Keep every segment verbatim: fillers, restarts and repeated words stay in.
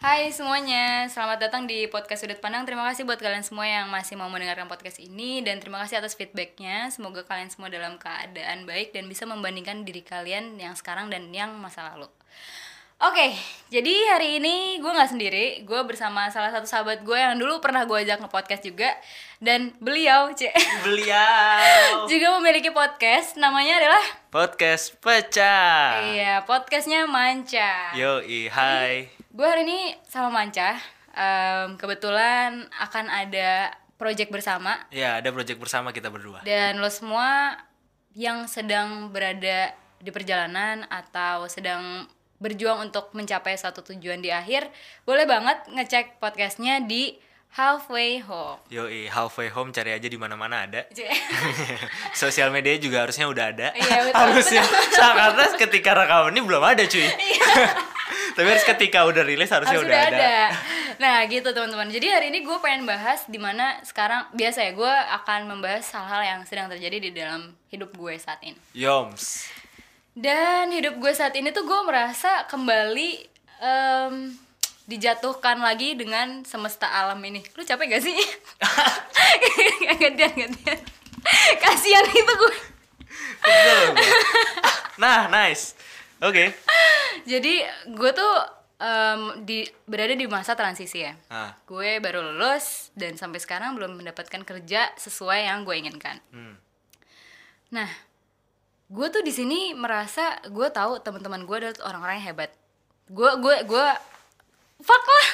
Hai semuanya, selamat datang di podcast Sudut Pandang. Terima kasih buat kalian semua yang masih mau mendengarkan podcast ini. Dan terima kasih atas feedbacknya. Semoga kalian semua dalam keadaan baik dan bisa membandingkan diri kalian yang sekarang dan yang masa lalu. Oke, jadi hari ini gue gak sendiri. Gue bersama salah satu sahabat gue yang dulu pernah gue ajak nge-podcast juga. Dan beliau, C Beliau juga memiliki podcast, namanya adalah Podcast Pecah. Iya, podcastnya Manca. Yoi, hai. Gue hari ini sama Manca, um, kebetulan akan ada project bersama. Ya, ada project bersama kita berdua. Dan lo semua yang sedang berada di perjalanan atau sedang berjuang untuk mencapai satu tujuan di akhir, boleh banget ngecek podcastnya di Halfway Home. Yoi, Halfway Home cari aja di mana-mana ada. C- Sosial media juga harusnya udah ada. Iya, betul, Harusnya. betul. Karena ketika rekaman ini belum ada, cuy. Tapi harus ketika udah rilis harusnya Harus udah ada. ada. Nah gitu teman-teman. Jadi hari ini gue pengen bahas dimana sekarang biasa ya gue akan membahas hal-hal yang sedang terjadi di dalam hidup gue saat ini. Yoms. Dan hidup gue saat ini tuh gue merasa kembali em, dijatuhkan lagi dengan semesta alam ini. Lu capek gak sih? gantian gantian. Kasian itu gue. Betul, gua. Nah, nice. Oke. Jadi gue tuh em, di berada di masa transisi ya. Ah. Gue baru lulus dan sampai sekarang belum mendapatkan kerja sesuai yang gue inginkan. Hmm. Nah, gue tuh di sini merasa gue tahu teman-teman gue adalah orang-orang yang hebat. Gue gue gue fuck lah.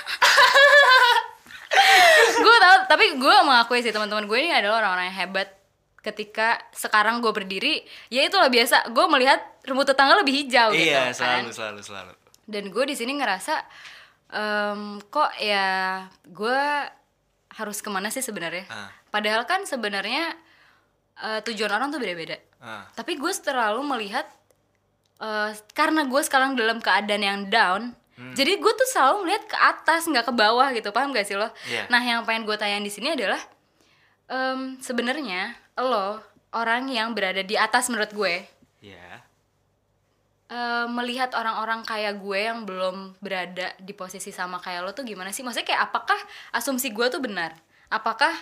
Gue tahu, tapi gue mengakui sih teman-teman gue ini adalah orang-orang yang hebat. Ketika sekarang gue berdiri, ya itulah biasa. Gue melihat rumput tetangga lebih hijau gitu. Iya, kan. selalu selalu selalu. Dan gue di sini ngerasa em, kok ya gue harus kemana sih sebenarnya? Ah. Padahal kan sebenarnya eh, tujuan orang tuh beda-beda. Ah. Tapi gue terlalu melihat eh, karena gue sekarang dalam keadaan yang down, Hmm. jadi gue tuh selalu melihat ke atas nggak ke bawah gitu, paham gak sih lo? Iya. Nah yang pengen gue tanya di sini adalah em, sebenarnya lo orang yang berada di atas menurut gue. Ya. Uh, melihat orang-orang kayak gue yang belum berada di posisi sama kayak lo tuh gimana sih? Maksudnya kayak apakah asumsi gue tuh benar? Apakah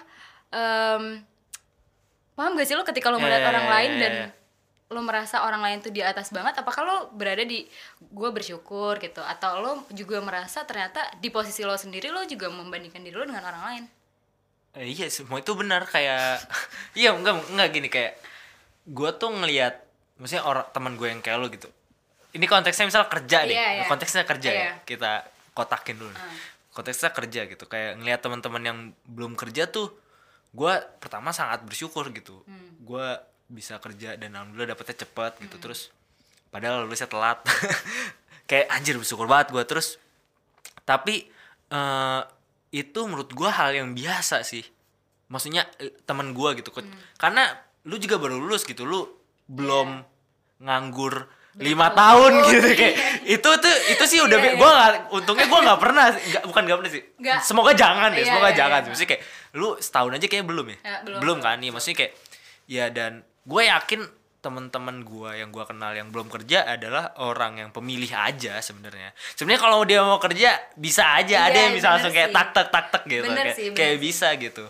um, paham gak sih lo ketika lo melihat Ya, ya, orang ya, lain ya, dan ya. lo merasa orang lain tuh di atas banget? Apakah lo berada di gue bersyukur gitu? Atau lo juga merasa ternyata di posisi lo sendiri lo juga membandingkan diri lo dengan orang lain? Eh, iya semua itu benar kayak iya enggak enggak gini kayak gue tuh ngelihat maksudnya orang teman gue yang kayak lo gitu. Ini konteksnya misal kerja deh. Iya, iya. Konteksnya kerja Iya. ya. Kita kotakin dulu. nih. Hmm. Konteksnya kerja gitu. Kayak ngelihat teman-teman yang belum kerja tuh gue pertama sangat bersyukur gitu. Hmm. Gue bisa kerja dan alhamdulillah dapetnya cepat gitu. Terus padahal lulusnya telat. Kayak anjir bersyukur banget gue terus. Tapi eh itu menurut gue hal yang biasa sih. Maksudnya eh, teman gue gitu. Hmm. Karena lu juga baru lulus gitu. Lu belum Iya. nganggur lima tahun gitu kayak itu tuh itu sih udah Iya, iya. gue nggak untungnya gue nggak pernah nggak bukan nggak pernah sih Nggak. semoga jangan deh Iya, semoga iya, jangan iya. maksudnya kayak lu setahun aja kayak belum ya, Ya, belum. belum kan nih maksudnya kayak ya dan gue yakin teman-teman gue yang gue kenal yang belum kerja adalah orang yang pemilih aja sebenarnya sebenarnya kalau dia mau kerja bisa aja ada Iya, yang bisa bener langsung kayak sih. tak tak tak tak gitu Bener kayak, sih, bener kayak sih. bisa gitu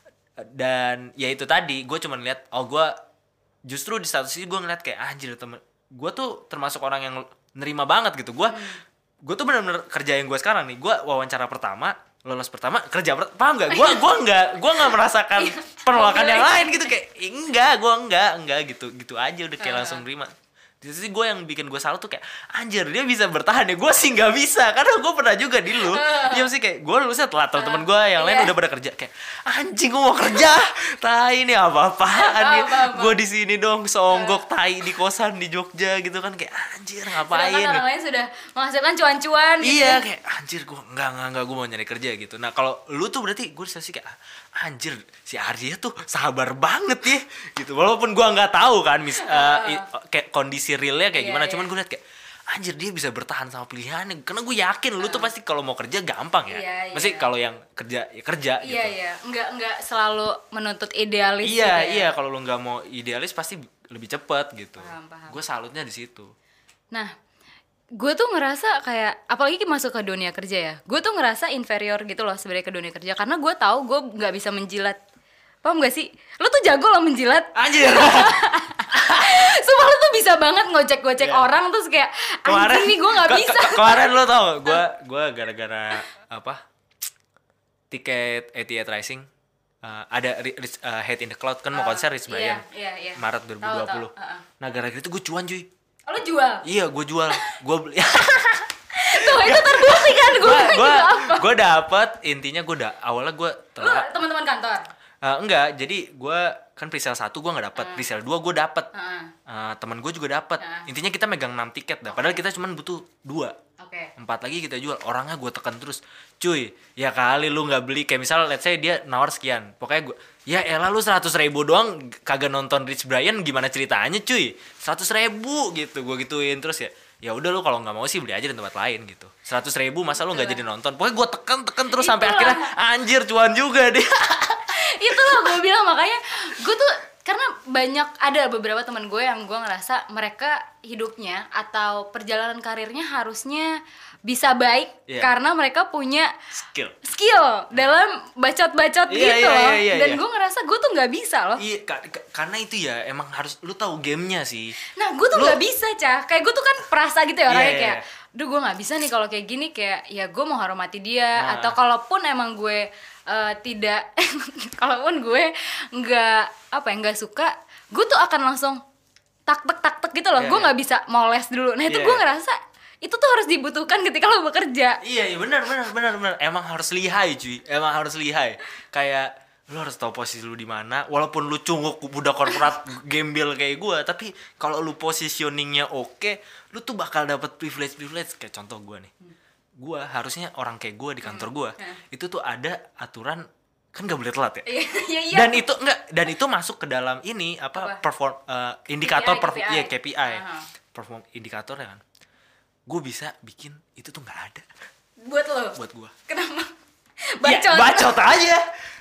dan ya itu tadi gue cuma lihat oh gue justru di satu sisi gue ngeliat kayak anjir temen gue tuh termasuk orang yang nerima banget gitu gue gue tuh benar-benar kerja yang gue sekarang nih gue wawancara pertama lolos pertama kerja per- paham nggak gue gue nggak gue nggak merasakan penolakan yang lain gitu kayak "Ih, enggak gue enggak enggak gitu gitu aja udah kayak langsung nerima di sisi gue yang bikin gue salut tuh kayak anjir dia bisa bertahan ya gue sih nggak bisa karena gue pernah juga di lu dia mesti kayak gue lulusnya telat teman-teman gue yang lain Iya. udah pada kerja kayak anjing gue mau kerja tai ini apa-apaan nih Apa-apa. gue di sini dong songgok tai di kosan di Jogja gitu kan kayak anjir ngapain Sedangkan orang lain sudah menghasilkan cuan-cuan gitu. iya kayak anjir gue enggak enggak enggak gue mau nyari kerja gitu nah kalau lu tuh berarti gue sih kayak "Ah, anjir si Arya tuh sabar banget ya gitu walaupun gue nggak tahu kan mis uh, i- kayak kondisi realnya kayak Iya, gimana iya. cuman gue liat kayak anjir dia bisa bertahan sama pilihannya karena gue yakin lu tuh pasti kalau mau kerja gampang ya Iya, iya. pasti kalau yang kerja ya kerja Iya gitu iya, nggak nggak selalu menuntut idealis iya gitu ya. iya kalau lu nggak mau idealis pasti lebih cepat gitu Paham, paham. gue salutnya di situ Nah, gue tuh ngerasa kayak apalagi masuk ke dunia kerja ya, gue tuh ngerasa inferior gitu loh sebenarnya ke dunia kerja karena gue tahu gue nggak bisa menjilat. Paham gak sih? Lo tuh jago loh menjilat. Anjir. Sumpah lo tuh bisa banget ngocek-ngocek yeah. orang terus kayak anjing nih gue nggak bisa. Ke, ke, kemarin lo tau gue gue gara-gara apa tiket A T A Rising uh, ada uh, Head in the Cloud kan mau uh, konser Rich Brian iya, iya, iya. Maret dua ribu dua puluh. Tau, tau. Uh, uh. Nah gara-gara itu gue cuan cuy. Oh, lo jual? Iya gue jual. Gue beli. Tuh itu terbukti kan gue. Gue gue dapet intinya gue da awalnya gue telat. Lo teman-teman kantor? Uh, enggak, jadi gue kan presale satu gue nggak dapet, uh. presale dua gue dapet, uh. uh, teman gue juga dapet. Uh. Intinya kita megang enam tiket dah, okay. Padahal kita cuma butuh dua, okay. Empat lagi kita jual. Orangnya gue tekan terus, cuy, ya kali lu nggak beli kayak misal, let's say dia nawar sekian, pokoknya gue, ya elah lu seratus ribu doang kagak nonton Rich Brian gimana ceritanya cuy, seratus ribu gitu, gue gituin terus ya. Ya udah lu kalau nggak mau sih beli aja di tempat lain gitu. Seratus ribu masa lu nggak jadi nonton? Pokoknya gue tekan tekan terus sampai akhirnya anjir cuan juga deh. Itu loh gue bilang, makanya gue tuh karena banyak ada beberapa teman gue yang gue ngerasa mereka hidupnya atau perjalanan karirnya harusnya bisa baik yeah. karena mereka punya skill skill dalam bacot-bacot yeah, gitu yeah, loh yeah, yeah, dan yeah. gue ngerasa gue tuh nggak bisa loh. Iya ka- ka- karena itu ya emang harus lu tahu gamenya sih. Nah gue tuh nggak bisa Cah, kayak gue tuh kan perasa gitu ya orangnya yeah, kayak duh gue nggak bisa nih kalau kayak gini, kayak ya gue mau hormati dia nah. Atau kalaupun emang gue uh, tidak kalaupun gue nggak apa ya nggak suka, gue tuh akan langsung tak tek tak tek gitu loh. Yeah, gue nggak yeah. bisa moles dulu. Nah itu yeah. gue ngerasa itu tuh harus dibutuhkan ketika lo bekerja. Iya iya benar benar benar benar. Emang harus lihai cuy. Emang harus lihai. Kayak lo harus tahu posisi lu di mana. Walaupun lu cunguk budak korporat gembel kayak gue, tapi kalau lu positioningnya oke, lu tuh bakal dapet privilege privilege. Kayak contoh gue nih. Hmm. Gue harusnya orang kayak gue di kantor gue hmm. itu tuh ada aturan kan nggak boleh telat ya. Iya, iya. Dan itu enggak dan itu masuk ke dalam ini apa, apa? perform uh, indikator perform iya K P I. Uh-huh. Perform indikator ya kan. Gue bisa bikin itu tuh nggak ada. Buat lo? Buat gue. Kenapa? Bacot. Ya, bacot aja.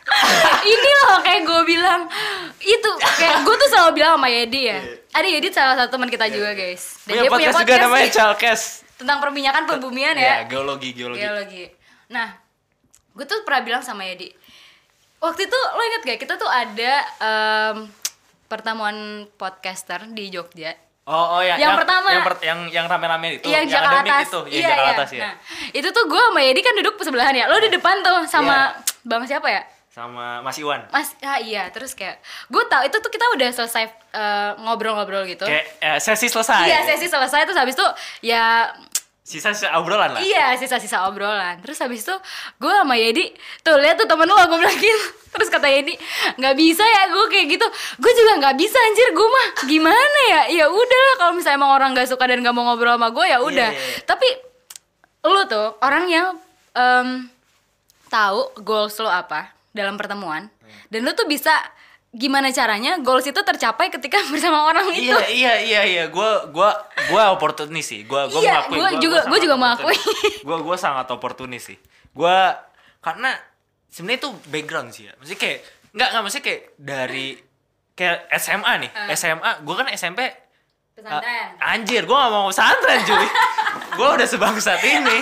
Ini loh kayak gue bilang itu kayak gue tuh selalu bilang sama Yedi ya. Yeah. Ada Yedi salah satu teman kita yeah, juga guys. Dan punya dia punya podcast juga namanya Chalkes. Tentang perminyakan pembumian ya. Yeah, geologi geologi. Geologi. Nah, gue tuh pernah bilang sama Yedi. Waktu itu lo inget gak kita tuh ada um, pertemuan podcaster di Jogja. Oh, oh ya. Yang, yang pertama yang per, yang yang rame-rame itu, yang, yang atas itu, iya, yang Jakarta iya. atas ya. Nah, itu tuh gue sama Yedi kan duduk sebelahan ya. Lo di depan tuh sama yeah. Bang siapa ya? Sama Mas Iwan. Mas ah iya, terus kayak gue tau itu tuh kita udah selesai uh, ngobrol-ngobrol gitu. Kayak eh, sesi selesai. Iya, sesi selesai terus habis itu ya sisa-sisa obrolan lah. Iya, sisa-sisa obrolan. Terus habis itu gue sama Yedi, tuh lihat tuh temen lu gue bilang gitu. Terus kata Yedi, nggak bisa ya gue kayak gitu. Gue juga nggak bisa anjir, gue mah gimana ya? Ya udahlah kalau misalnya emang orang nggak suka dan nggak mau ngobrol sama gue ya udah. Yeah, yeah. Tapi lu tuh orang yang um, tahu goals lo apa dalam pertemuan, hmm. dan lu tuh bisa gimana caranya goals itu tercapai ketika bersama orang itu. Iya iya iya iya, gue gue gue oportunis sih, gue gue iya, mengakui. Gue juga gue juga mengakui. Gue gue sangat oportunis sih. Gue karena sebenarnya itu background sih ya, maksudnya kayak nggak nggak maksudnya kayak dari kayak S M A nih, uh. S M A, gue kan S M P. Pesantren. Uh, anjir, gue nggak mau pesantren cuy. Gue udah sebangsat ini.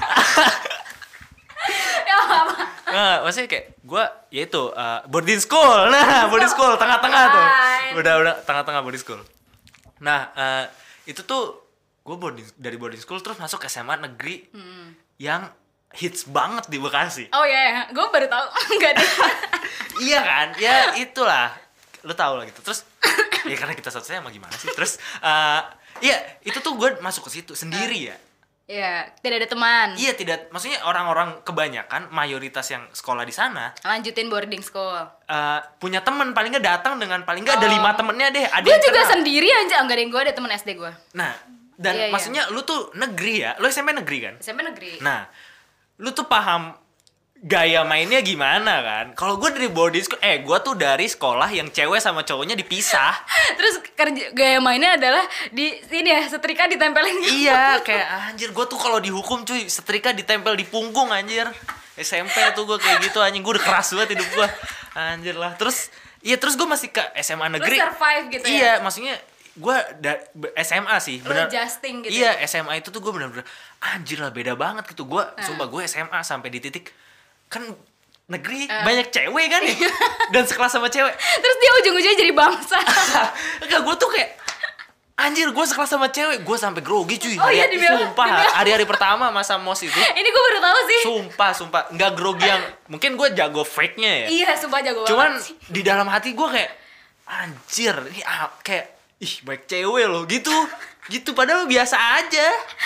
Ya apa? Nah, maksudnya kayak gue ya itu uh, boarding school, nah boarding school tengah-tengah tuh, udah udah tengah-tengah boarding school. Nah uh, itu tuh gue boarding dari boarding school terus masuk S M A negeri hmm. yang hits banget di Bekasi. Oh iya, yeah. Gue baru tahu nggak deh. Iya kan, ya itulah, lo tau lah gitu. Terus ya karena kita satu sama gimana sih, terus uh, iya itu tuh gue masuk ke situ sendiri ya. Iya, tidak ada teman. Iya, tidak. Maksudnya orang-orang kebanyakan mayoritas yang sekolah di sana lanjutin boarding school. Uh, punya teman paling nggak datang dengan paling nggak oh. ada lima temennya deh. Gue juga kenal. Sendiri aja, enggak ada yang gue ada teman S D gue. Nah, dan iya, maksudnya iya. Lu tuh negeri ya, lu S M P negeri kan? S M P negeri. Nah, lu tuh paham gaya mainnya gimana kan? Kalau gue dari boarding school, eh gue tuh dari sekolah yang cewek sama cowoknya dipisah. Terus kerja gaya mainnya adalah di sini ya, setrika ditempelin. Iya, kayak anjir gue tuh kalau dihukum cuy, setrika ditempel di punggung anjir. S M P tuh gue kayak gitu anjing, gue udah keras banget hidup gue. Anjir lah. Terus iya terus gue masih ke S M A negeri. Lu survive gitu iya, ya? Iya, maksudnya gue da- S M A sih Lo bener. adjusting gitu. Iya, S M A itu tuh gue bener-bener anjir lah beda banget gitu. Gue Uh. sumpah gue S M A sampai di titik kan negeri Uh. banyak cewek kan ya. Dan sekelas sama cewek. Terus dia ujung-ujungnya jadi bangsa. Enggak, gue tuh kayak anjir, gue sekelas sama cewek, gue sampai grogi cuy. Oh iya, Hari- demi- sumpah, demi- hari-hari pertama masa mos itu. Ini gue baru tahu sih. Sumpah, sumpah, nggak grogi yang mungkin gue jago fake-nya ya. Iya, sumpah jago Cuman banget sih. di dalam hati gue kayak anjir, ini ah, kayak ih baik cewek loh gitu, gitu padahal biasa aja.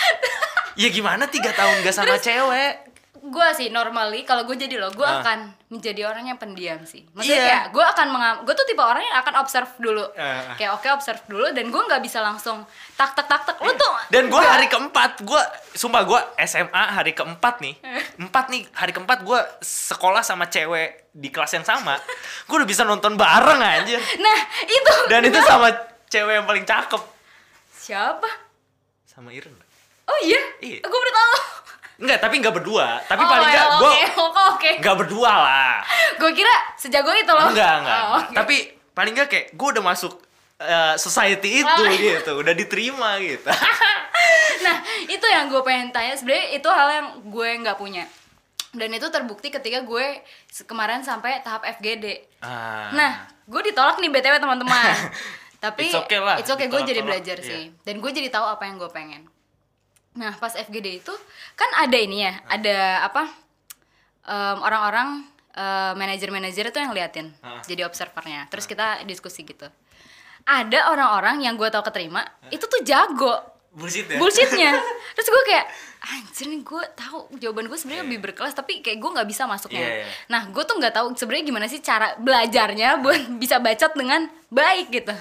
Ya gimana tiga tahun gak sama cewek? Gue sih normally kalau gue jadi lo, gue Ah. akan menjadi orang yang pendiam sih. Maksudnya Iya. kayak gue akan mengam, gue tuh tipe orang yang akan observe dulu. Ah. Kayak oke observe dulu dan gue nggak bisa langsung tak tak tak tak. Lo tuh Dan gue nggak- hari keempat, gue sumpah gue S M A hari keempat nih, empat nih hari keempat gue sekolah sama cewek di kelas yang sama, gue udah bisa nonton bareng aja. Nah itu. Dan itu sama cewek yang paling cakep, Siapa? sama Iren. Oh iya. Iya. Gue baru tahu. Enggak, tapi nggak berdua, tapi Oh, paling ya, nggak gue Oke oke oke. nggak berdua lah. Gue kira sejago itu loh. Enggak, enggak. Oh, oke. Tapi paling nggak kayak gue udah masuk eh, society itu Oh. gitu, udah diterima gitu. Nah itu yang gue pengen tanya. Sebenarnya itu hal yang gue nggak punya. Dan itu terbukti ketika gue se- kemarin sampai tahap F G D. Ah. Nah, gue ditolak nih B T W teman-teman. Tapi It's okay lah, it's okay, gue jadi ditolak-tolak, belajar iya. sih. Dan gue jadi tahu apa yang gue pengen. Nah, pas F G D itu kan ada ini ya, ada apa? em, orang-orang eh, manajer-manajer itu yang liatin, Ah. jadi observernya. Terus kita diskusi gitu. Ada orang-orang yang gue tahu keterima, itu tuh jago Bullshit ya? bullshitnya. Terus gue kayak anjir nih, gue tahu jawaban gue sebenarnya Iya. lebih berkelas tapi kayak gue nggak bisa masuknya. Iya, iya. Nah gue tuh nggak tahu sebenarnya gimana sih cara belajarnya buat bisa bacot dengan baik gitu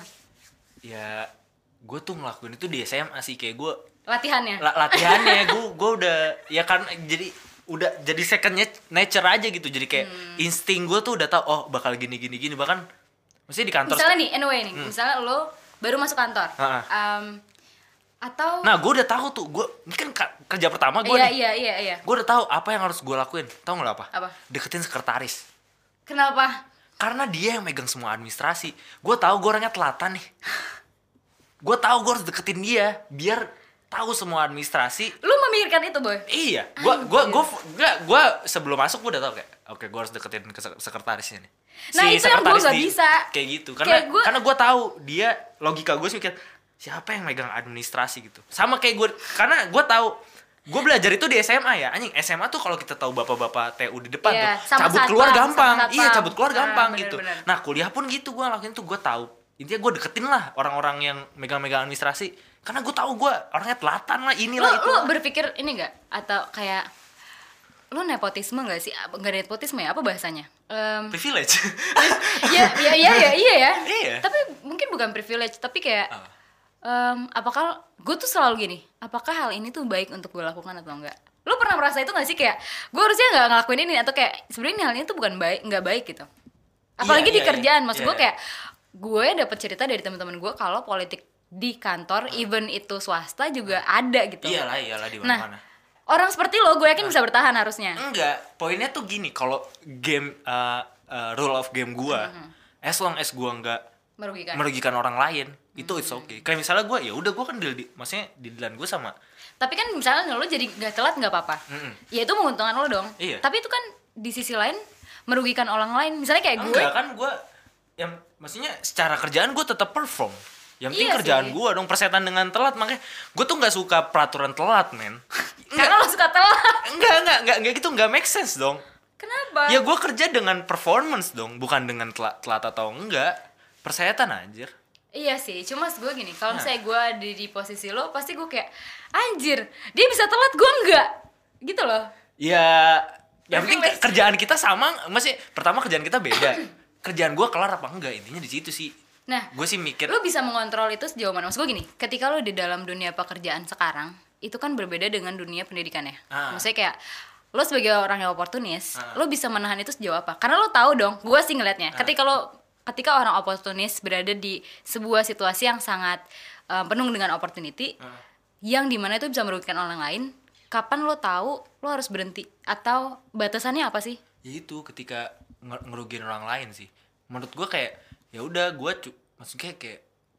Ya, gue tuh ngelakuin itu di S M A sih, kayak gue latihannya. la- latihannya gue gue udah ya kan jadi udah jadi second nat- nature aja gitu, jadi kayak Hmm. insting gue tuh udah tahu oh bakal gini gini gini, bahkan maksudnya di kantor Misalnya nih anyway nih, misalnya lo baru masuk kantor, Ha-ha. Em, atau nah gue udah tahu tuh, gue ini kan ka- kerja pertama gue iya nih, iya iya iya. gue udah tahu apa yang harus gue lakuin, tau nggak apa? Apa? Deketin sekretaris, Kenapa? karena dia yang megang semua administrasi. Gue tahu gue orangnya telatan nih, gue tahu gue harus deketin dia biar tahu semua administrasi. Lu memikirkan itu boy? Iya, gua gua gua enggak gua sebelum masuk gua udah tau kayak oke gua harus deketin ke sek- sekretarisnya nih. Nah, itu yang gua sekretaris nggak di- bisa. Kayak gitu. Karena Kayak gua- karena gua tahu dia logika gua sih mikir siapa yang megang administrasi gitu. Sama kayak gua karena gua tahu gua belajar itu di S M A ya. Anjing, S M A tuh kalau kita tahu bapak-bapak T U di depan Iya, tuh sama cabut satpam, keluar sama gampang. satpam. Iya, cabut keluar Nah, gampang bener, gitu. bener. Nah, kuliah pun gitu gua ngelakuin tuh, gua tahu. Intinya gua deketin lah orang-orang yang megang-megang administrasi karena gua tahu gua orangnya telatan lah, Lu, inilah itu. lu berpikir ini gak? Atau kayak lu nepotisme gak sih? Apa- Nggak nepotisme ya? Apa bahasanya? Em, Privilege. ya, ya, ya, ya, iya ya. Iya. Tapi mungkin bukan privilege, tapi kayak Apa? em, apakah gue tuh selalu gini? Apakah hal ini tuh baik untuk gue lakukan atau enggak? Lu pernah merasa itu gak sih kayak gue harusnya nggak ngelakuin ini atau kayak sebenarnya ini hal ini tuh bukan baik, nggak baik gitu? Apalagi Iya, di iya, kerjaan, iya. maksud Iya, gue iya. kayak gue dapet cerita dari teman-teman gue kalau politik di kantor, even itu swasta juga ada gitu. Iyalah, iyalah di Nah, mana-mana. orang seperti lo gue yakin bisa bertahan harusnya. Enggak, poinnya tuh gini, kalau game uh, uh, rule of game gua, as long as gua enggak Merugikan. merugikan orang lain, itu it's okay. Kayak misalnya gua, ya udah gua kan deal di, maksudnya dealan gua sama. Tapi kan misalnya lo jadi nggak telat nggak apa-apa. Mm-mm. Ya itu menguntungkan lo dong. Iya. Tapi itu kan di sisi lain merugikan orang lain. Misalnya kayak gue. Enggak kan gua, yang maksudnya secara kerjaan gua tetap perform. Yang penting Iya kerjaan sih. gua dong, persetan dengan telat, makanya gua tuh nggak suka peraturan telat, men. Karena lo suka telat. Enggak, enggak, enggak, enggak gitu, enggak make sense dong. Kenapa? Ya gue kerja dengan performance dong, bukan dengan telat, telat atau enggak. Persetan anjir. Iya sih, cuma gue gini, kalau Nah. misalnya gue ada di posisi lo, pasti gue kayak anjir, dia bisa telat, gue enggak, gitu loh. Ya, yang penting Privilege. kerjaan kita sama, masih pertama kerjaan kita beda. Kerjaan gue kelar apa enggak, intinya di situ sih. Nah, Gue sih mikir, lo bisa mengontrol itu sejauh mana? Maksud gue gini, ketika lo di dalam dunia pekerjaan sekarang, itu kan berbeda dengan dunia pendidikannya. Ah. Maksudnya kayak lo sebagai orang yang oportunis, Ah. lo bisa menahan itu sejauh apa? Karena lo tahu dong, gue sih ngelihatnya. Ketika lo, ketika orang oportunis berada di sebuah situasi yang sangat eh, penuh dengan opportunity, Ah. yang dimana itu bisa merugikan orang lain, kapan lo tahu lo harus berhenti atau batasannya apa sih? ya itu ketika nger- ngerugiin orang lain sih. Menurut gue kayak, ya udah gue cu- maksudnya kayak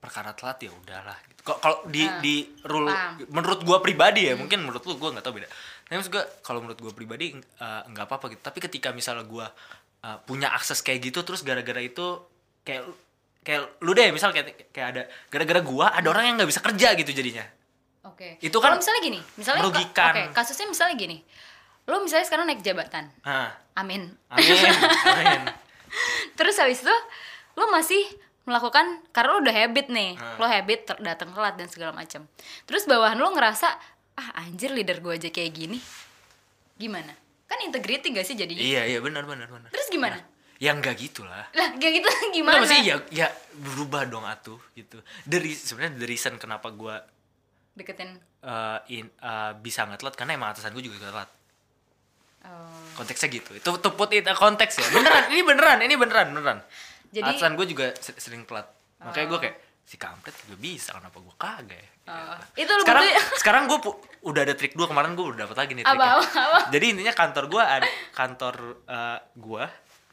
perkara telat ya udahlah gitu. Kok kalau di Hmm. di rule Paham. menurut gua pribadi ya, hmm. mungkin menurut lu gua nggak tahu beda. Tapi maksud gua kalau menurut gua pribadi uh, nggak apa-apa gitu. Tapi ketika misalnya gua uh, punya akses kayak gitu terus gara-gara itu kayak kayak lu deh misal kayak kayak ada gara-gara gua ada orang yang nggak bisa kerja gitu jadinya. Oke. Itu kan Kalau misalnya gini, misalnya merugikan. Oke, kasusnya misalnya gini. Lo misalnya sekarang naik jabatan. Hah. Amin. Amin. Amin. Terus habis itu lo masih melakukan karena lo udah habit nih. Hmm. Lo habit ter- datang telat dan segala macam. Terus bawahan lo ngerasa, "Ah, anjir leader gue aja kayak gini." Gimana? Kan integrity gak sih jadinya? Iya, iya benar benar benar. Terus gimana? Ya enggak gitulah. Lah, kayak gitu gimana? Nggak, maksudnya ya ya berubah dong atuh gitu. Dari sebenarnya the reason kenapa gua Deketin. uh, in, uh, bisa nggak telat karena emang atasan gue juga telat. Oh. Konteksnya gitu. Itu to put it a konteks ya. Beneran, ini beneran, ini beneran, beneran. Jadi- atasan gue juga ser- sering telat. Makanya gue kayak si kampret juga bisa, kenapa gue kagak ya? Oh. Gitu. Itu lo Sekarang butuh- sekarang gue pu- udah ada trik dua, kemarin gue udah dapet lagi nih Apa, triknya. apa, apa? Jadi intinya kantor gue ada kantor uh, gue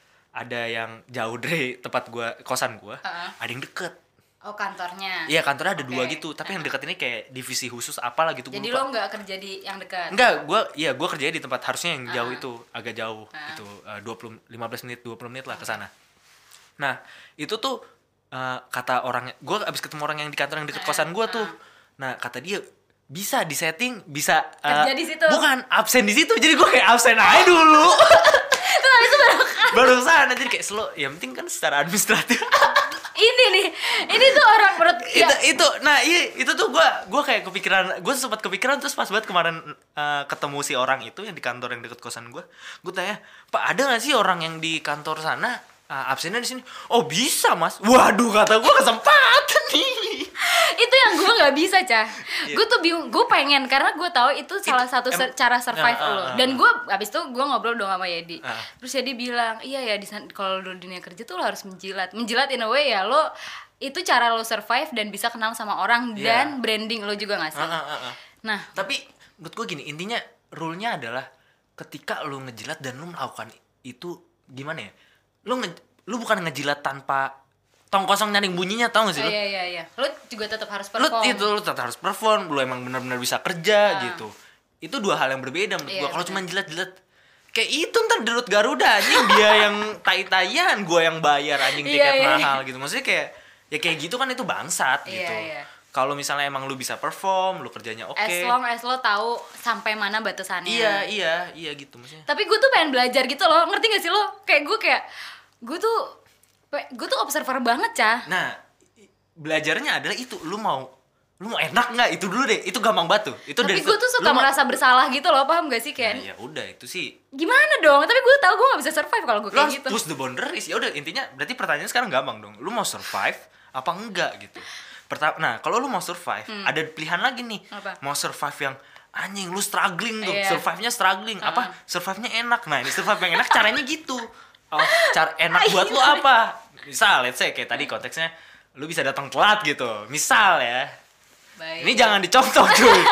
ada yang jauh dari tempat gue kosan gue, Uh-uh. ada yang deket. Oh, kantornya. Iya kantornya ada Oke. dua gitu, tapi yang dekat ini kayak divisi khusus apalah gitu. Jadi gua lo lupa. nggak kerja di yang dekat. Enggak, gue iya gue kerjanya di tempat harusnya yang jauh Ah. itu, agak jauh Ah. itu uh, dua puluh lima belas menit dua puluh menit lah ke sana. Nah, itu tuh uh, kata orang, gue abis ketemu orang yang di kantor yang deket Ah, kosan gue tuh. ah. Nah, kata dia bisa disetting, bisa uh, Kerja di situ. bukan absen di situ. Jadi gue kayak absen aja dulu. Terus habis itu baru Baru sana jadi kayak slow. Ya penting kan secara administratif. ini nih. Ini tuh orang menurut ya, itu itu nah iya itu tuh gue gue kayak kepikiran, gue sempat kepikiran terus pas banget kemarin uh, ketemu si orang itu yang di kantor yang deket kosan gue gue tanya, "Pak, ada nggak sih orang yang di kantor sana uh, absennya di sini?" "Oh bisa mas." Waduh, kata gue kesempatan nih. itu yang gue nggak bisa, Cah. Iya. Gue tuh bingung, gue pengen karena gue tahu itu salah satu em- ser- cara survive Ah, ah, lo. ah, Dan ah. gue abis itu gue ngobrol dong sama Yedi. Ah. Terus Yedi bilang, iya ya di san- kalau lo dunia kerja tuh lo harus menjilat, menjilat in a way ya lo itu cara lo survive dan bisa kenal sama orang Iya. dan branding lo juga nggak sih? Ah, ah, ah, ah. Nah, Tapi menurut gue gini, intinya rule-nya adalah ketika lu ngejilat dan lu melakukan itu gimana ya, lu nge, lu bukan ngejilat tanpa tong kosong nyaring bunyinya, tau gak sih oh, lu? iya iya iya, lo juga tetap harus Lu perform. itu lu tetap harus perform, lu emang benar-benar bisa kerja Ah. gitu. Itu dua hal yang berbeda menurut Iya, gua. Kalau benar. cuma jilat-jilat kayak itu ntar di Rut Garuda anjing, dia yang tai-taian, gua yang bayar anjing Iya, tiket iya, iya. mahal gitu. Maksudnya kayak ya kayak gitu kan itu bangsat Iya, gitu. iya. Kalau misalnya emang lu bisa perform, lu kerjanya oke. As long as lo tahu sampai mana batasannya. Iya, iya, iya gitu maksudnya. Tapi gue tuh pengen belajar gitu loh, ngerti gak sih lo? Kayak gue kayak gue tuh gue tuh observer banget, Cah. Nah, i- belajarnya adalah itu, lu mau lu mau enak nggak, itu dulu deh, itu gampang batu. Itu Tapi dari gue tuh lu suka mau- merasa bersalah gitu loh, paham gak sih Nah, Ken? ya udah itu sih. Gimana dong? Tapi gue tahu gue gak bisa survive kalau gue Lu kayak harus gitu. push the boundaries. Ya udah intinya berarti pertanyaannya sekarang gampang dong. Lu mau survive apa enggak gitu. Pertama, nah kalau lu mau survive, ada pilihan lagi nih. Hmm. Apa? Mau survive yang anjing lu struggling tuh, Iya. survive-nya struggling. Uh-uh. Apa? Survive-nya enak. Nah, ini survive yang enak caranya gitu. Oh, cara enak buat lu Iya. apa? Misal, let's say kayak tadi konteksnya lu bisa datang telat gitu. Misal ya. Baik. Ini jangan dicontoh cuy.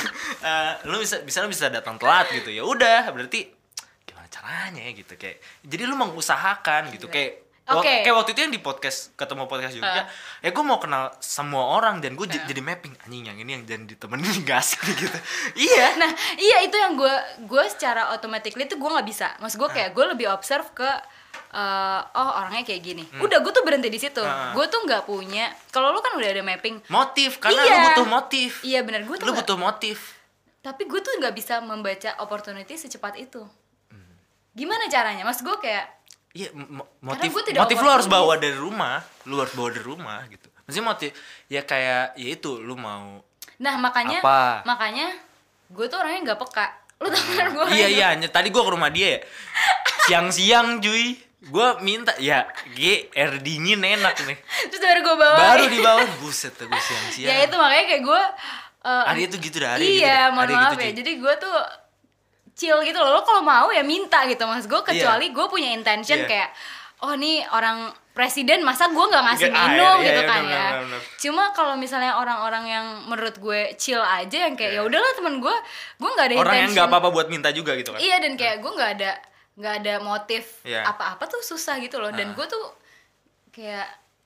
Eh, lu bisa bisa lu bisa datang telat gitu. Ya udah, berarti gimana caranya ya gitu kayak. Jadi lu mengusahakan gitu kayak Oke. wak- kayak waktu itu yang di podcast ketemu podcast juga. Ya gue mau kenal semua orang dan gue j- jadi mapping anjing yang ini yang jangan ditemenin gak asik nih gitu. Iya. Nah, iya itu yang gue gue secara automatically tuh gue nggak bisa. Maksud gue kayak gue lebih observe ke eh, oh orangnya kayak gini. Udah gue tuh berhenti di situ. Ah. Gue tuh nggak punya. Kalau lu kan udah ada mapping. Motif karena Iya. lu butuh motif. Iya benar gue tuh. Lu nggak- butuh motif. Tapi gue tuh nggak bisa membaca opportunity secepat itu. Hmm. Gimana caranya? Mas gue kayak Iya, mo- motif gue tidak motif lu harus opportunis. bawa dari rumah, lu harus bawa dari rumah gitu. Maksudnya motif ya kayak ya itu lu mau nah makanya Apa? makanya gue tuh orangnya nggak peka. Lu tau kan gue iya iya ny- tadi gua ke rumah dia ya siang-siang cuy, gua minta ya G air dingin enak nih, terus baru gue bawa. baru dibawa buset tuh gua siang-siang. Ya itu makanya kayak gue. eh, Hari itu gitu dah, hari gitu iya, dah. mohon Hari maaf gitu, ya. cuy. Jadi gue tuh chill gitu loh. Lo kalau mau ya minta gitu mas gue. Kecuali gue punya intention Iya. kayak, oh nih orang presiden masa gue nggak ngasih Nggak, ah, minum iya, gitu iya, kan bener, ya. bener, bener. Cuma kalau misalnya orang-orang yang menurut gue chill aja yang kayak Iya. ya udahlah temen gue, gue nggak ada Orang yang intention. nggak apa-apa buat minta juga gitu kan. Iya dan kayak gue nggak ada nggak ada motif Iya. apa-apa tuh susah gitu loh. Dan Ah. gue tuh kayak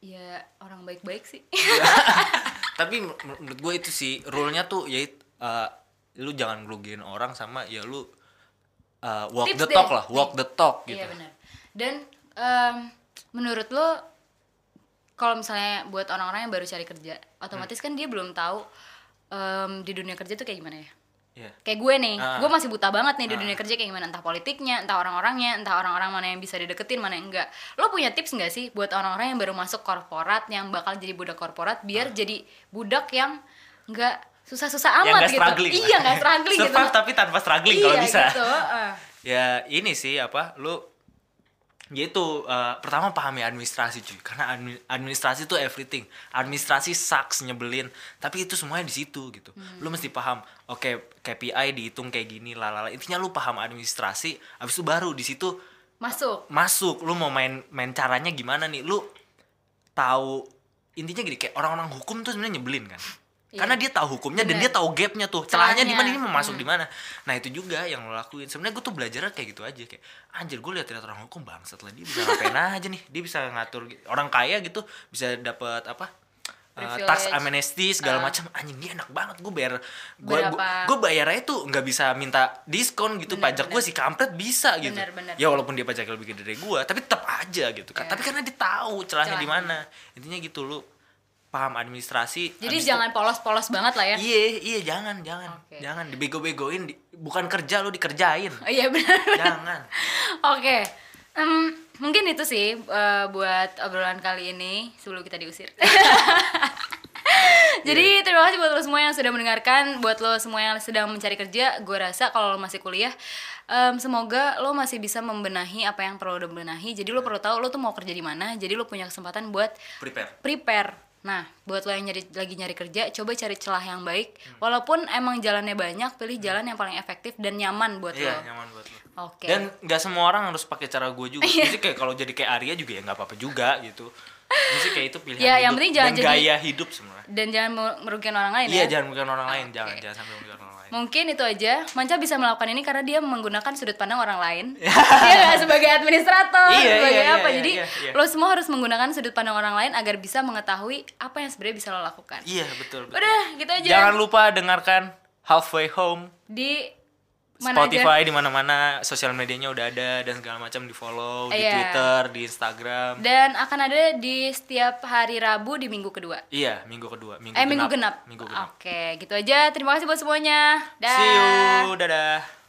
Ya orang baik-baik sih. Tapi menurut gue itu sih rule-nya tuh ya uh, lu jangan ngerugiin orang sama ya lu uh, walk Tips the deh. talk lah, walk the talk gitu. Iya benar. Dan um, menurut lo kalau misalnya buat orang-orang yang baru cari kerja, otomatis hmm. kan dia belum tahu um, di dunia kerja tuh kayak gimana ya. Yeah. Kayak gue nih, uh. gue masih buta banget nih di uh. dunia kerja kayak gimana, entah politiknya, entah orang-orangnya, entah orang-orang mana yang bisa dideketin, mana yang enggak. Lo punya tips nggak sih buat orang-orang yang baru masuk korporat, yang bakal jadi budak korporat, biar uh. jadi budak yang nggak susah-susah amat gitu? Iya, nggak struggling gitu. Survive tapi tanpa struggling iya, kalau bisa. Gitu, uh. Ya ini sih apa, lo yaitu uh, pertama pahami administrasi cuy, karena administrasi itu everything. Administrasi sucks, nyebelin, tapi itu semuanya di situ gitu. Hmm. Lu mesti paham, oke okay, K P I dihitung kayak gini, lalala. Intinya lu paham administrasi, abis itu baru di situ masuk. Masuk, lu mau main main caranya gimana nih? Lu tahu intinya gini, kayak orang-orang hukum tuh sebenarnya nyebelin kan. Iya. Karena dia tahu hukumnya. Bener. Dan dia tahu gapnya tuh, celahnya di mana, ini mau masuk hmm. di mana. Nah itu juga yang lo lakuin. Sebenarnya gue tuh belajarnya kayak gitu aja, kayak anjir gue lihat-lihat orang hukum bangsat lah, dia bisa ngapain aja nih, dia bisa ngatur orang kaya gitu, bisa dapat apa uh, tax amnesty segala uh. macam. Anjing dia enak banget, gue bayar gue gue bayarnya tuh nggak bisa minta diskon gitu. Bener, pajak gue si kampret bisa gitu. Bener, bener. Ya walaupun dia pajaknya lebih gede dari gue, tapi tetap aja gitu kan. Yeah. Tapi karena dia tahu celahnya di mana. Intinya gitu, lu paham administrasi. Jadi jangan itu, polos-polos banget lah ya. Iya, iya jangan, jangan. Okay. Jangan dibego-begoin, di, bukan kerja lu dikerjain. Oh, iya benar. Jangan. Oke. Okay. Um, mungkin itu sih uh, buat obrolan kali ini sebelum kita diusir. Jadi yeah. terima kasih buat lo semua yang sudah mendengarkan, buat lo semua yang sedang mencari kerja. Gue rasa kalau lo masih kuliah, um, semoga lo masih bisa membenahi apa yang perlu lo benahi. Jadi lo perlu tahu lo tuh mau kerja di mana. Jadi lo punya kesempatan buat prepare. Prepare. Nah, buat lo yang nyari, lagi nyari kerja, coba cari celah yang baik. Hmm. Walaupun emang jalannya banyak, pilih jalan yang paling efektif dan nyaman buat iya, lo. Iya, nyaman buat lo. Oke. Okay. Dan nggak semua orang harus pakai cara gue juga. Jadi kayak kalau jadi kayak Arya juga ya nggak apa-apa juga gitu. Jadi kayak itu pilihan ya, hidup yang penting jangan dan jadi, gaya hidup sebenarnya. Dan jangan merugikan orang lain. Iya, ya. jangan merugikan orang lain, okay. jangan jangan sampai merugikan orang lain. Mungkin itu aja. Manca bisa melakukan ini karena dia menggunakan sudut pandang orang lain. Dia nggak sebagai administrator, iya, sebagai iya, apa. Iya, Jadi iya, iya. lo semua harus menggunakan sudut pandang orang lain agar bisa mengetahui apa yang sebenarnya bisa lo lakukan. Iya, betul, betul. Udah, gitu aja. Jangan lupa dengarkan Halfway Home di mana Spotify aja? Di mana-mana, sosial medianya udah ada dan segala macam, di follow di yeah. Twitter, di Instagram. Dan akan ada di setiap hari Rabu di minggu kedua. Iya, minggu kedua, minggu eh, genap. minggu genap. Minggu genap. Oke, gitu aja. Terima kasih buat semuanya. Dah. See you, dadah.